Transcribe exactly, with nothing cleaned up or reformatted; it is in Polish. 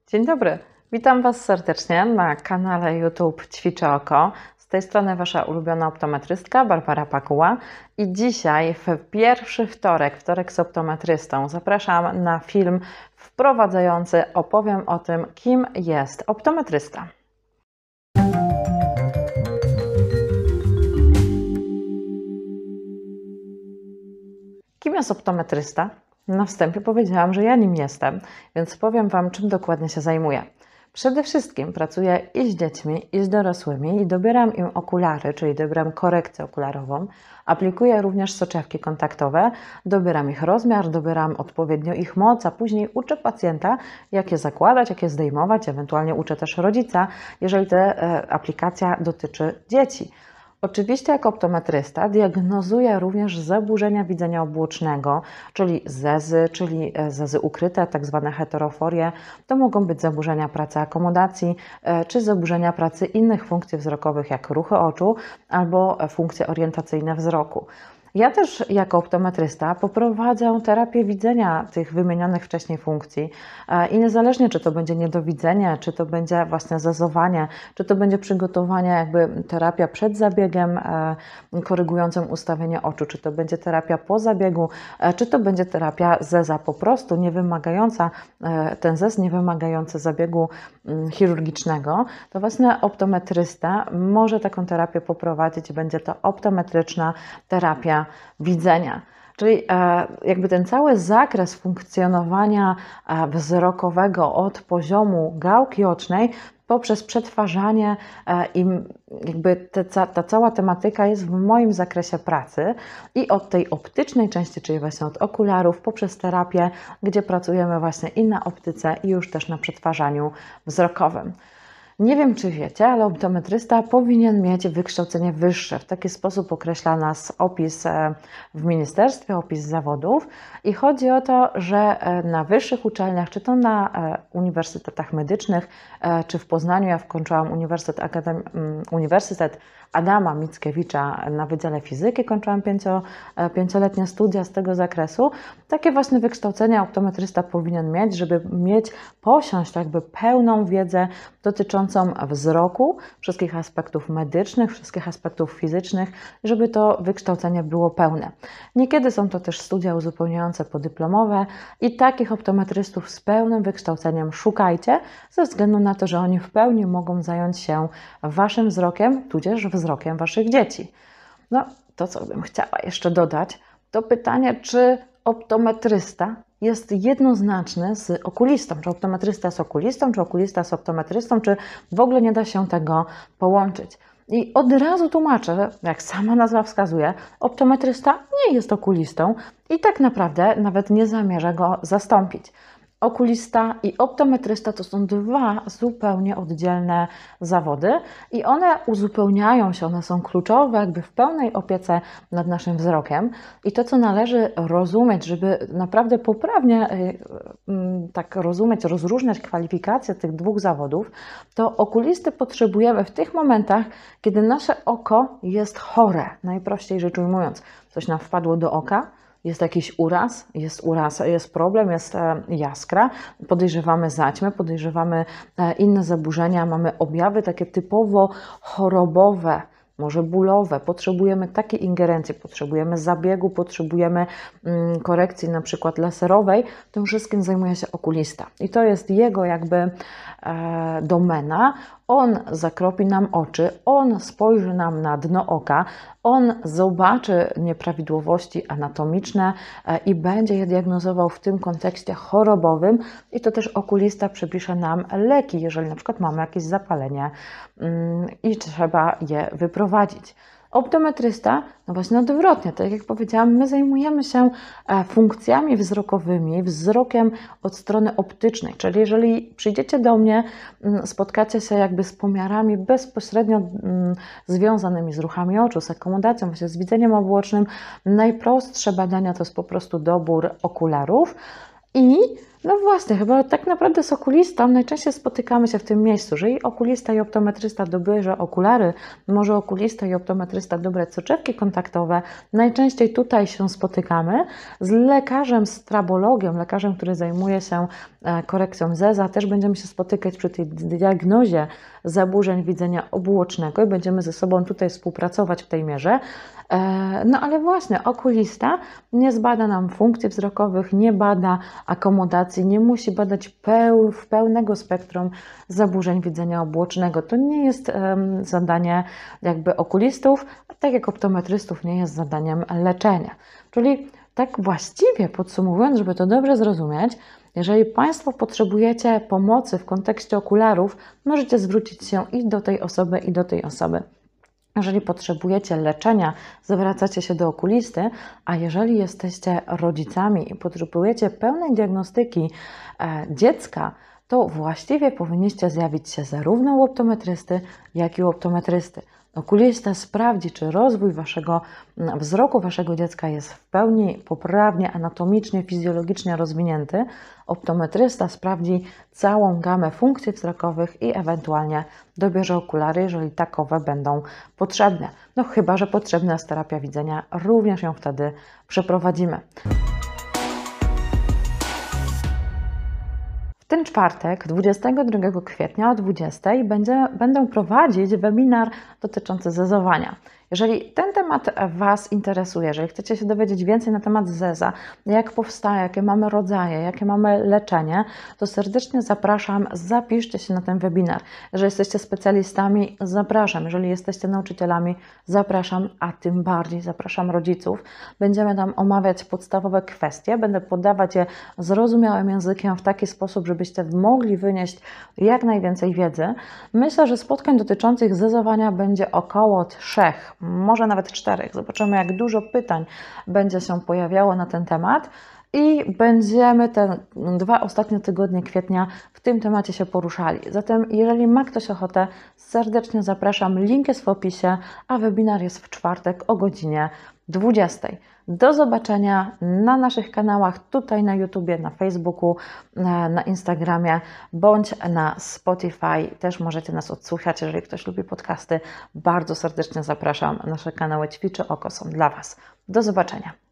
Dzień dobry, witam Was serdecznie na kanale YouTube Ćwiczę Oko. Z tej strony Wasza ulubiona optometrystka Barbara Pakuła i dzisiaj w pierwszy wtorek, wtorek z optometrystą, zapraszam na film wprowadzający. Opowiem o tym, kim jest optometrysta. Kim jest optometrysta? Na wstępie powiedziałam, że ja nim jestem, więc powiem Wam, czym dokładnie się zajmuję. Przede wszystkim pracuję i z dziećmi, i z dorosłymi i dobieram im okulary, czyli dobieram korekcję okularową. Aplikuję również soczewki kontaktowe, dobieram ich rozmiar, dobieram odpowiednio ich moc, a później uczę pacjenta, jak je zakładać, jak je zdejmować, ewentualnie uczę też rodzica, jeżeli ta e, aplikacja dotyczy dzieci. Oczywiście jako optometrysta diagnozuję również zaburzenia widzenia obłocznego, czyli zezy, czyli zezy ukryte, tak zwane heteroforie. To mogą być zaburzenia pracy akomodacji, czy zaburzenia pracy innych funkcji wzrokowych, jak ruchy oczu albo funkcje orientacyjne wzroku. Ja też jako optometrysta poprowadzę terapię widzenia tych wymienionych wcześniej funkcji i niezależnie czy to będzie niedowidzenie, czy to będzie właśnie zezowanie, czy to będzie przygotowanie jakby terapia przed zabiegiem korygującym ustawienie oczu, czy to będzie terapia po zabiegu, czy to będzie terapia zeza po prostu nie wymagająca, ten zez nie wymagający zabiegu chirurgicznego, to właśnie optometrysta może taką terapię poprowadzić i będzie to optometryczna terapia widzenia. Czyli jakby ten cały zakres funkcjonowania wzrokowego od poziomu gałki ocznej poprzez przetwarzanie i jakby te, ta cała tematyka jest w moim zakresie pracy i od tej optycznej części, czyli właśnie od okularów, poprzez terapię, gdzie pracujemy właśnie i na optyce i już też na przetwarzaniu wzrokowym. Nie wiem, czy wiecie, ale optometrysta powinien mieć wykształcenie wyższe. W taki sposób określa nas opis w ministerstwie, opis zawodów. I chodzi o to, że na wyższych uczelniach, czy to na uniwersytetach medycznych, czy w Poznaniu, ja kończyłam Uniwersytet, Akadem... Uniwersytet Adama Mickiewicza na Wydziale Fizyki, kończyłam pięcio, pięcioletnie studia z tego zakresu. Takie właśnie wykształcenie optometrysta powinien mieć, żeby mieć, posiąść jakby pełną wiedzę dotyczącą wzroku, wszystkich aspektów medycznych, wszystkich aspektów fizycznych, żeby to wykształcenie było pełne. Niekiedy są to też studia uzupełniające podyplomowe i takich optometrystów z pełnym wykształceniem szukajcie, ze względu na to, że oni w pełni mogą zająć się Waszym wzrokiem, tudzież wzrokiem Waszych dzieci. No, to co bym chciała jeszcze dodać, to pytanie, czy optometrysta jest jednoznaczny z okulistą. Czy optometrysta jest okulistą, czy okulista jest optometrystą, czy w ogóle nie da się tego połączyć. I od razu tłumaczę, jak sama nazwa wskazuje, optometrysta nie jest okulistą i tak naprawdę nawet nie zamierza go zastąpić. Okulista i optometrysta to są dwa zupełnie oddzielne zawody i one uzupełniają się, one są kluczowe jakby w pełnej opiece nad naszym wzrokiem i to, co należy rozumieć, żeby naprawdę poprawnie tak rozumieć, rozróżniać kwalifikacje tych dwóch zawodów, to okulisty potrzebujemy w tych momentach, kiedy nasze oko jest chore, najprościej rzecz ujmując. Coś nam wpadło do oka, jest jakiś uraz, jest uraz, jest problem, jest jaskra, podejrzewamy zaćmę, podejrzewamy inne zaburzenia, mamy objawy takie typowo chorobowe, może bólowe, potrzebujemy takiej ingerencji, potrzebujemy zabiegu, potrzebujemy korekcji na przykład laserowej, tym wszystkim zajmuje się okulista i to jest jego jakby e, domena. On zakropi nam oczy, on spojrzy nam na dno oka, on zobaczy nieprawidłowości anatomiczne i będzie je diagnozował w tym kontekście chorobowym i to też okulista przepisze nam leki, jeżeli na przykład mamy jakieś zapalenie i trzeba je wyprowadzić. Optometrysta, no właśnie odwrotnie, tak jak powiedziałam, my zajmujemy się funkcjami wzrokowymi, wzrokiem od strony optycznej, czyli jeżeli przyjdziecie do mnie, spotkacie się jakby z pomiarami bezpośrednio związanymi z ruchami oczu, z akomodacją, z widzeniem obłocznym, najprostsze badania to jest po prostu dobór okularów i No właśnie, chyba tak naprawdę z okulistą najczęściej spotykamy się w tym miejscu. Jeżeli okulista i optometrysta dobierze okulary, może okulista i optometrysta dobrać soczewki kontaktowe, najczęściej tutaj się spotykamy. Z lekarzem strabologiem, lekarzem, który zajmuje się korekcją zeza, też będziemy się spotykać przy tej diagnozie zaburzeń widzenia obuocznego i będziemy ze sobą tutaj współpracować w tej mierze. No ale właśnie, okulista nie zbada nam funkcji wzrokowych, nie bada akomodacji, nie musi badać peł, pełnego spektrum zaburzeń widzenia obuocznego. To nie jest um, zadanie jakby okulistów, a tak jak optometrystów nie jest zadaniem leczenia. Czyli tak właściwie podsumowując, żeby to dobrze zrozumieć, jeżeli Państwo potrzebujecie pomocy w kontekście okularów, możecie zwrócić się i do tej osoby, i do tej osoby. Jeżeli potrzebujecie leczenia, zwracacie się do okulisty, a jeżeli jesteście rodzicami i potrzebujecie pełnej diagnostyki e, dziecka, to właściwie powinniście zjawić się zarówno u optometrysty, jak i u optometrysty. Okulista sprawdzi, czy rozwój waszego wzroku waszego dziecka jest w pełni poprawnie, anatomicznie, fizjologicznie rozwinięty. Optometrysta sprawdzi całą gamę funkcji wzrokowych i ewentualnie dobierze okulary, jeżeli takowe będą potrzebne. No chyba że potrzebna jest terapia widzenia, również ją wtedy przeprowadzimy. W ten czwartek, dwudziestego drugiego kwietnia o dwudziestej będzie, będę prowadzić webinar dotyczący zezowania. Jeżeli ten temat Was interesuje, jeżeli chcecie się dowiedzieć więcej na temat zeza, jak powstaje, jakie mamy rodzaje, jakie mamy leczenie, to serdecznie zapraszam, zapiszcie się na ten webinar. Jeżeli jesteście specjalistami, zapraszam. Jeżeli jesteście nauczycielami, zapraszam, a tym bardziej zapraszam rodziców. Będziemy tam omawiać podstawowe kwestie, będę podawać je zrozumiałym językiem w taki sposób, żebyście mogli wynieść jak najwięcej wiedzy. Myślę, że spotkań dotyczących zezowania będzie około trzech, może nawet czterech. Zobaczymy, jak dużo pytań będzie się pojawiało na ten temat i będziemy te dwa ostatnie tygodnie kwietnia w tym temacie się poruszali. Zatem, jeżeli ma ktoś ochotę, serdecznie zapraszam. Link jest w opisie, a webinar jest w czwartek o godzinie dwudziestej. Do zobaczenia na naszych kanałach, tutaj na YouTubie, na Facebooku, na, na Instagramie, bądź na Spotify. Też możecie nas odsłuchać, jeżeli ktoś lubi podcasty. Bardzo serdecznie zapraszam. Nasze kanały Ćwiczy Oko są dla Was. Do zobaczenia.